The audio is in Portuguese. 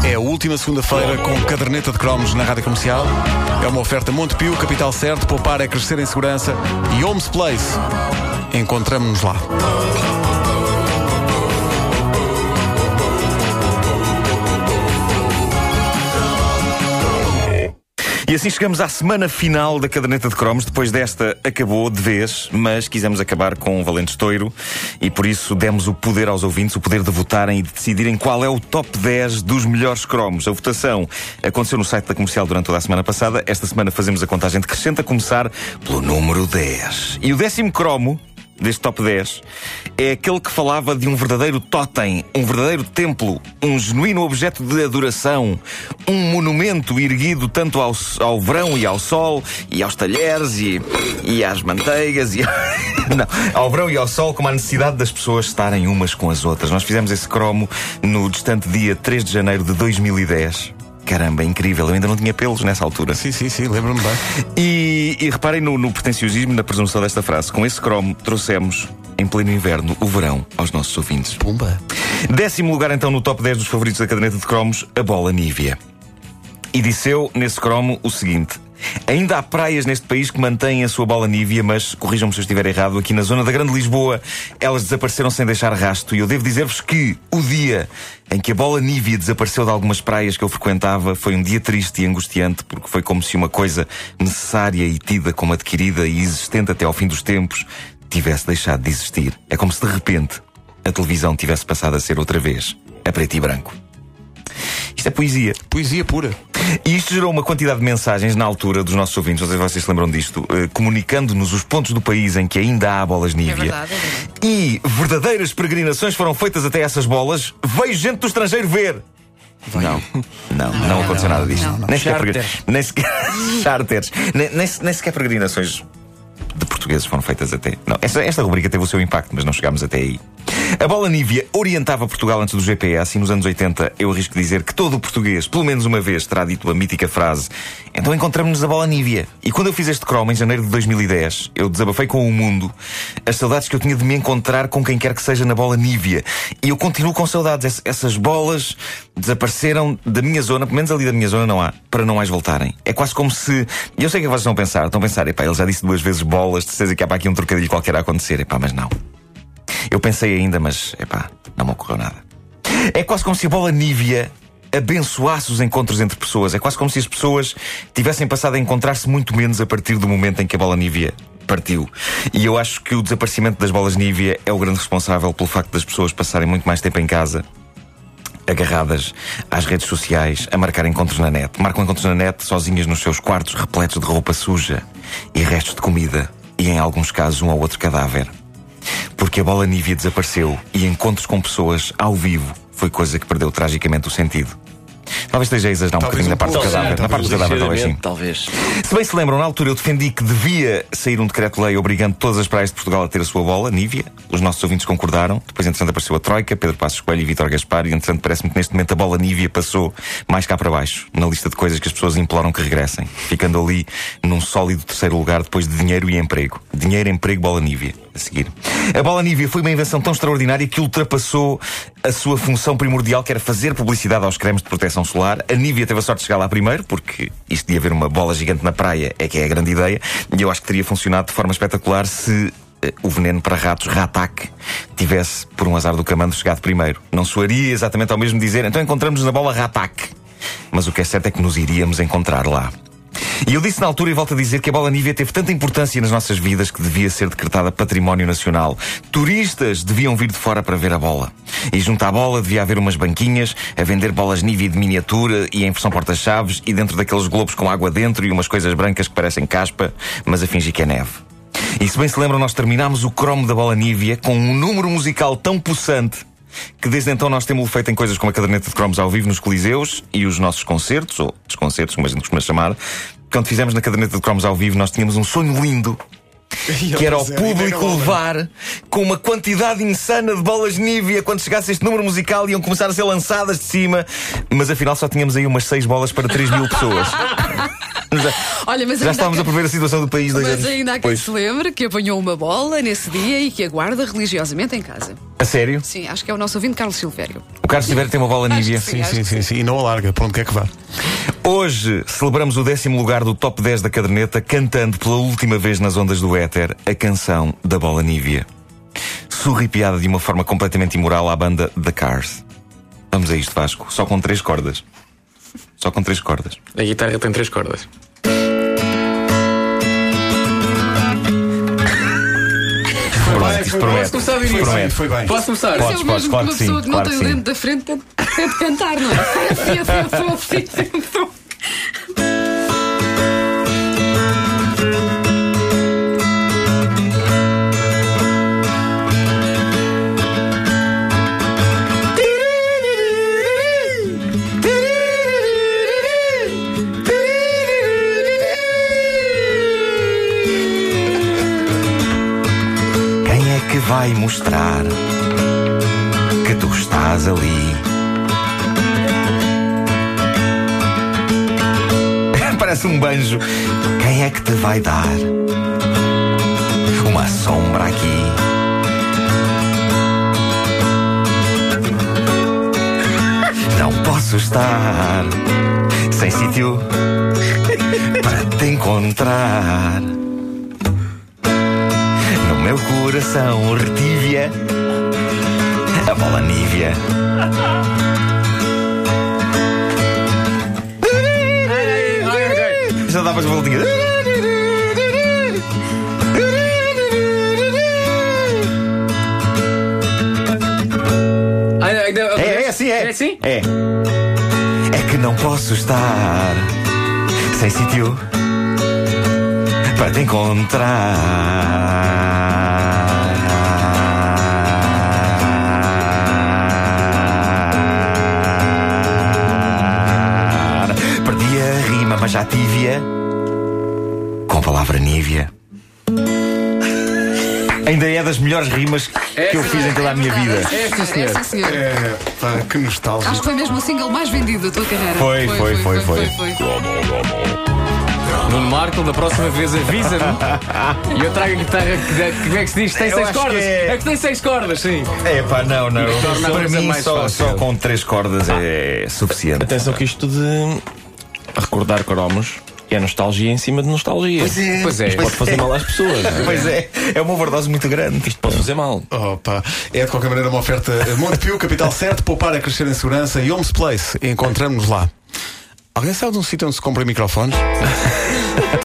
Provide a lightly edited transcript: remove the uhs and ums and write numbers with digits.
É a última segunda-feira com caderneta de cromos na Rádio Comercial. É uma oferta Montepio, capital certo, poupar é crescer em segurança. E Homes Place. Encontramo-nos lá. E assim chegamos à semana final da caderneta de cromos. Depois desta acabou de vez, mas quisemos acabar com um valente estouro e por isso demos o poder aos ouvintes, o poder de votarem e de decidirem qual é o top 10 dos melhores cromos. A votação aconteceu no site da Comercial durante toda a semana passada. Esta semana fazemos a contagem decrescente, a começar pelo número 10. E o 10º cromo deste top 10 é aquele que falava de um verdadeiro tótem, um verdadeiro templo, um genuíno objeto de adoração, um monumento erguido tanto ao verão e ao sol e aos talheres e às manteigas não, ao verão e ao sol, como à necessidade das pessoas estarem umas com as outras. Nós fizemos esse cromo no distante dia 3 de janeiro de 2010. Caramba, é incrível, eu ainda não tinha pelos nessa altura. Sim, lembro-me bem. E reparem no pretenciosismo, na presunção desta frase. Com esse cromo trouxemos, em pleno inverno, o verão aos nossos ouvintes. Pumba! 10º lugar então no top 10 dos favoritos da caderneta de cromos, a bola Nívea. E disse eu, nesse cromo, o seguinte: ainda há praias neste país que mantêm a sua bola Nívea, mas, corrijam-me se eu estiver errado, aqui na zona da Grande Lisboa, elas desapareceram sem deixar rasto. E eu devo dizer-vos que o dia em que a bola Nívea desapareceu de algumas praias que eu frequentava foi um dia triste e angustiante, porque foi como se uma coisa necessária e tida como adquirida e existente até ao fim dos tempos tivesse deixado de existir. É como se de repente a televisão tivesse passado a ser outra vez a preto e branco. Isto é poesia. Poesia pura. E isto gerou uma quantidade de mensagens na altura dos nossos ouvintes, não sei se vocês se lembram disto, comunicando-nos os pontos do país em que ainda há bolas Nívea. É verdade. E verdadeiras peregrinações foram feitas até essas bolas. Veio gente do estrangeiro ver. Não aconteceu nada disto. Nem sequer charters. Nem sequer peregrinações de portugueses foram feitas até. Não, esta rubrica teve o seu impacto, mas não chegámos até aí. A bola Nívea orientava Portugal antes do GPS e nos anos 80 eu arrisco dizer que todo o português, pelo menos uma vez, terá dito a mítica frase: então encontramos-nos na bola Nívea. E quando eu fiz este cromo em janeiro de 2010, eu desabafei com o mundo as saudades que eu tinha de me encontrar com quem quer que seja na bola Nívea. E eu continuo com saudades. Essas bolas desapareceram da minha zona, pelo menos ali da minha zona não há, para não mais voltarem. É quase como se... Eu sei que vocês estão a pensar, epá, ele já disse 2 vezes bolas, de certeza que há para aqui um trocadilho qualquer a acontecer. Epá, mas não. Eu pensei ainda, mas, epá, não me ocorreu nada. É quase como se a bola Nívea abençoasse os encontros entre pessoas. É quase como se as pessoas tivessem passado a encontrar-se muito menos a partir do momento em que a bola Nívea partiu. E eu acho que o desaparecimento das bolas Nívea é o grande responsável pelo facto das pessoas passarem muito mais tempo em casa, agarradas às redes sociais, a marcar encontros na net. Marcam encontros na net sozinhas nos seus quartos, repletos de roupa suja e restos de comida e, em alguns casos, um ou outro cadáver. Porque a bola Nívea desapareceu e encontros com pessoas ao vivo foi coisa que perdeu tragicamente o sentido. Talvez esteja a exagerar um bocadinho na parte do cadáver. Na parte do cadáver, talvez sim. Talvez. Se bem se lembram, na altura eu defendi que devia sair um decreto-lei obrigando todas as praias de Portugal a ter a sua bola Nívea. Os nossos ouvintes concordaram. Depois, entretanto, apareceu a Troika, Pedro Passos Coelho e Vítor Gaspar. E, entretanto, parece-me que neste momento a bola Nívea passou mais cá para baixo, na lista de coisas que as pessoas imploram que regressem, ficando ali num sólido 3º lugar depois de dinheiro e emprego. Dinheiro, emprego, bola Nívea. A seguir. A bola Nívea foi uma invenção tão extraordinária que ultrapassou a sua função primordial, que era fazer publicidade aos cremes de proteção solar. A Nívea teve a sorte de chegar lá primeiro, porque isto de haver uma bola gigante na praia é que é a grande ideia, e eu acho que teria funcionado de forma espetacular se o veneno para ratos, Ratac, tivesse, por um azar do camando, chegado primeiro. Não soaria exatamente ao mesmo dizer, então encontramos-nos na bola Ratac. Mas o que é certo é que nos iríamos encontrar lá. E eu disse na altura e volto a dizer que a bola Nívea teve tanta importância nas nossas vidas que devia ser decretada património nacional. Turistas deviam vir de fora para ver a bola. E junto à bola devia haver umas banquinhas a vender bolas Nívea de miniatura e em versão porta-chaves e dentro daqueles globos com água dentro e umas coisas brancas que parecem caspa, mas a fingir que é neve. E se bem se lembram, nós terminámos o cromo da bola Nívea com um número musical tão possante que desde então nós temos feito em coisas como a caderneta de cromos ao vivo nos coliseus e os nossos concertos, ou desconcertos, como a gente costuma chamar. Quando fizemos na caderneta de cromos ao vivo, nós tínhamos um sonho lindo, que era o público levar com uma quantidade insana de bolas Nívea. Quando chegasse este número musical iam começar a ser lançadas de cima, mas afinal só tínhamos aí umas 6 bolas para 3.000 pessoas. Olha, mas Já estávamos a prever a situação do país. Mas ainda há quem se lembre que apanhou uma bola nesse dia e que aguarda religiosamente em casa. A sério? Sim, acho que é o nosso ouvinte Carlos Silvério. O Carlos Silvério tem uma bola Nívea. Sim. E não alarga, para onde quer que vá. Hoje celebramos o 10º lugar do top 10 da caderneta, cantando pela última vez nas ondas do éter a canção da bola Nívea. Surripiada de uma forma completamente imoral à banda The Cars. Vamos a isto, Vasco. Só com 3 cordas. Só com 3 cordas. A guitarra tem 3 cordas. Promete. Posso começar a dizer isso? Foi bem. Posso começar? Podes, Isso é o mesmo claro que uma que sim, pessoa que não claro tem que o sim. dente da frente tem de cantar, não é? Quem é que vai mostrar que tu estás ali? Parece um banjo. Quem é que te vai dar uma sombra aqui? Não posso estar sem sítio para te encontrar. No meu coração retívia a bola Nívea. Já davas voltinha. É assim, é. É assim? É. É que não posso estar sem sítio para te encontrar. Perdi a rima, mas já tive-a com a palavra Nívea. Ainda é das melhores rimas que eu fiz em toda a minha vida. É, sim, senhor. É, sim, senhor. Que nostalgia. Acho que foi mesmo o single mais vendido da tua carreira. Foi. Nuno Marco, da próxima vez avisa-me e eu trago a guitarra que como é que se diz? Tem Eu 6 acho cordas? que é- Que tem 6 cordas, sim. É pá, não. torna a Para coisa mim, mais só fácil. com 3 cordas é suficiente. Atenção que isto de recordar cromos é nostalgia em cima de nostalgia. Pois é. Pode fazer mal às pessoas. não é? Pois é uma overdose muito grande. Isto pode fazer mal. Opa, é de qualquer maneira uma oferta Montepio, capital certo, poupar a crescer em segurança e Homes Place. Encontramos-nos lá. Alguém sabe de um sítio onde se compra microfones?